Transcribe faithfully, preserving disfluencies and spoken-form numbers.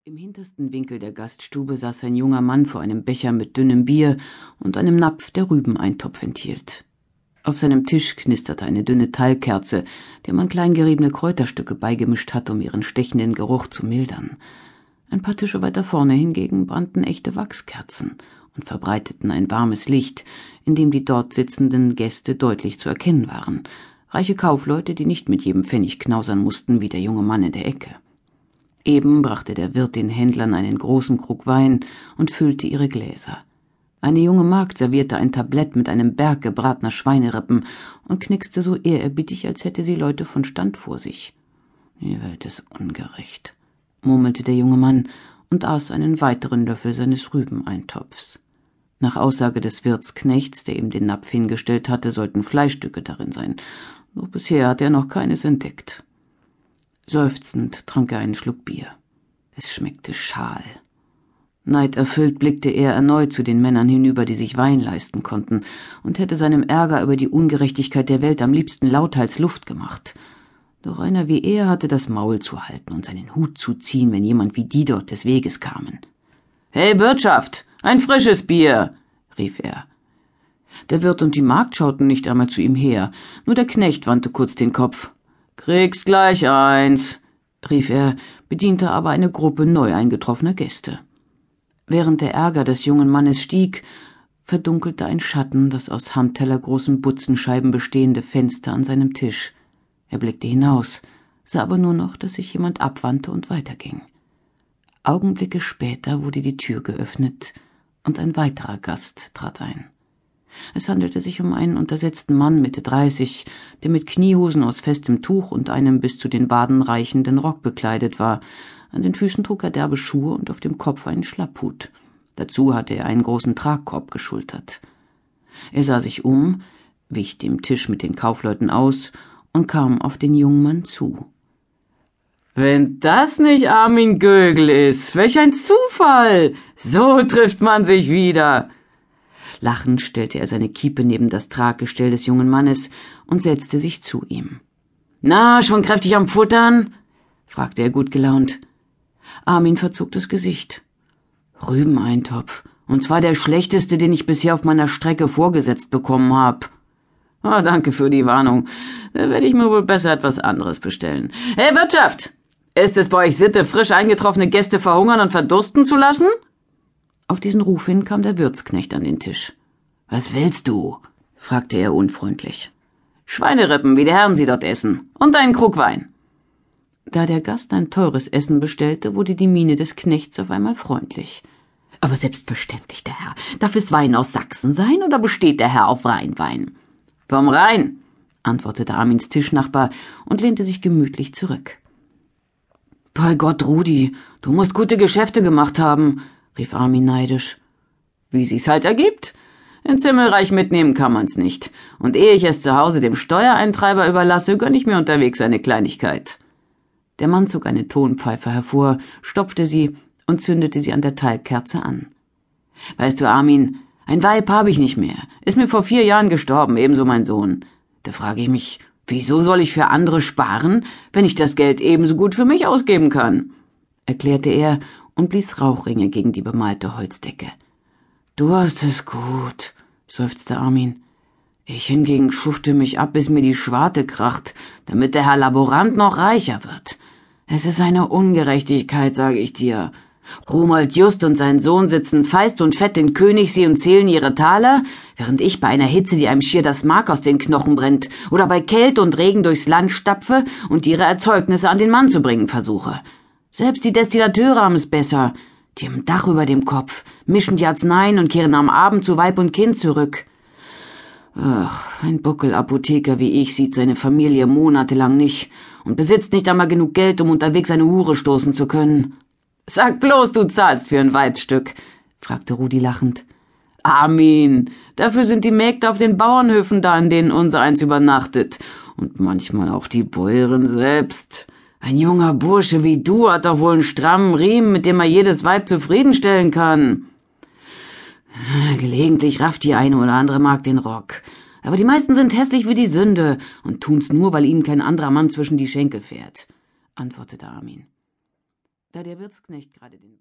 Im hintersten Winkel der Gaststube saß ein junger Mann vor einem Becher mit dünnem Bier und einem Napf, der Rübeneintopf enthielt. Auf seinem Tisch knisterte eine dünne Talgkerze, der man klein geriebene Kräuterstücke beigemischt hatte, um ihren stechenden Geruch zu mildern. Ein paar Tische weiter vorne hingegen brannten echte Wachskerzen und verbreiteten ein warmes Licht, in dem die dort sitzenden Gäste deutlich zu erkennen waren. Reiche Kaufleute, die nicht mit jedem Pfennig knausern mussten, wie der junge Mann in der Ecke. Eben brachte der Wirt den Händlern einen großen Krug Wein und füllte ihre Gläser. Eine junge Magd servierte ein Tablett mit einem Berg gebratener Schweinerippen und knickste so ehrerbietig, als hätte sie Leute von Stand vor sich. »Die Welt ist ungerecht«, murmelte der junge Mann und aß einen weiteren Löffel seines Rübeneintopfs. Nach Aussage des Wirtsknechts, der ihm den Napf hingestellt hatte, sollten Fleischstücke darin sein, doch bisher hatte er noch keines entdeckt. Seufzend trank er einen Schluck Bier. Es schmeckte schal. Neiderfüllt blickte er erneut zu den Männern hinüber, die sich Wein leisten konnten, und hätte seinem Ärger über die Ungerechtigkeit der Welt am liebsten lauthals Luft gemacht. Doch einer wie er hatte das Maul zu halten und seinen Hut zu ziehen, wenn jemand wie die dort des Weges kamen. »Hey, Wirtschaft, ein frisches Bier«, rief er. Der Wirt und die Magd schauten nicht einmal zu ihm her, nur der Knecht wandte kurz den Kopf. »Kriegst gleich eins«, rief er, bediente aber eine Gruppe neu eingetroffener Gäste. Während der Ärger des jungen Mannes stieg, verdunkelte ein Schatten das aus handtellergroßen Butzenscheiben bestehende Fenster an seinem Tisch. Er blickte hinaus, sah aber nur noch, dass sich jemand abwandte und weiterging. Augenblicke später wurde die Tür geöffnet, und ein weiterer Gast trat ein. Es handelte sich um einen untersetzten Mann Mitte dreißig, der mit Kniehosen aus festem Tuch und einem bis zu den Waden reichenden Rock bekleidet war. An den Füßen trug er derbe Schuhe und auf dem Kopf einen Schlapphut. Dazu hatte er einen großen Tragkorb geschultert. Er sah sich um, wich dem Tisch mit den Kaufleuten aus und kam auf den jungen Mann zu. »Wenn das nicht Armin Gögel ist, welch ein Zufall! So trifft man sich wieder!« Lachend stellte er seine Kiepe neben das Traggestell des jungen Mannes und setzte sich zu ihm. »Na, schon kräftig am Futtern?« fragte er gut gelaunt. Armin verzog das Gesicht. »Rübeneintopf, und zwar der schlechteste, den ich bisher auf meiner Strecke vorgesetzt bekommen habe.« »Ah, danke für die Warnung. Da werde ich mir wohl besser etwas anderes bestellen. Hey, Wirtschaft! Ist es bei euch Sitte, frisch eingetroffene Gäste verhungern und verdursten zu lassen?« Auf diesen Ruf hin kam der Wirtsknecht an den Tisch. »Was willst du?« fragte er unfreundlich. »Schweinerippen, wie die Herren sie dort essen, und einen Krug Wein.« Da der Gast ein teures Essen bestellte, wurde die Miene des Knechts auf einmal freundlich. »Aber selbstverständlich, der Herr. Darf es Wein aus Sachsen sein, oder besteht der Herr auf Rheinwein?« »Vom Rhein«, antwortete Armins Tischnachbar und lehnte sich gemütlich zurück. »Bei Gott, Rudi, du musst gute Geschäfte gemacht haben«, rief Armin neidisch. »Wie sich's halt ergibt. Ins Himmelreich mitnehmen kann man's nicht. Und ehe ich es zu Hause dem Steuereintreiber überlasse, gönn ich mir unterwegs eine Kleinigkeit.« Der Mann zog eine Tonpfeife hervor, stopfte sie und zündete sie an der Talgkerze an. »Weißt du, Armin, ein Weib habe ich nicht mehr. Ist mir vor vier Jahren gestorben, ebenso mein Sohn. Da frage ich mich, wieso soll ich für andere sparen, wenn ich das Geld ebenso gut für mich ausgeben kann?« erklärte er und blies Rauchringe gegen die bemalte Holzdecke. »Du hast es gut«, seufzte Armin. »Ich hingegen schufte mich ab, bis mir die Schwarte kracht, damit der Herr Laborant noch reicher wird. Es ist eine Ungerechtigkeit, sage ich dir. Romuald Just und sein Sohn sitzen feist und fett in Königssee und zählen ihre Taler, während ich bei einer Hitze, die einem schier das Mark aus den Knochen brennt, oder bei Kälte und Regen durchs Land stapfe und ihre Erzeugnisse an den Mann zu bringen versuche. Selbst die Destillateure haben es besser. Die haben ein Dach über dem Kopf, mischen die Arzneien und kehren am Abend zu Weib und Kind zurück. Ach, ein Buckelapotheker wie ich sieht seine Familie monatelang nicht und besitzt nicht einmal genug Geld, um unterwegs eine Hure stoßen zu können.« »Sag bloß, du zahlst für ein Weibstück«, fragte Rudi lachend. »Armin, dafür sind die Mägde auf den Bauernhöfen da, in denen unsereins übernachtet. Und manchmal auch die Bäuerin selbst. Ein junger Bursche wie du hat doch wohl einen strammen Riemen, mit dem er jedes Weib zufriedenstellen kann.« »Gelegentlich rafft die eine oder andere Magd den Rock. Aber die meisten sind hässlich wie die Sünde und tun's nur, weil ihnen kein anderer Mann zwischen die Schenkel fährt«, antwortete Armin. Da der Wirtsknecht gerade den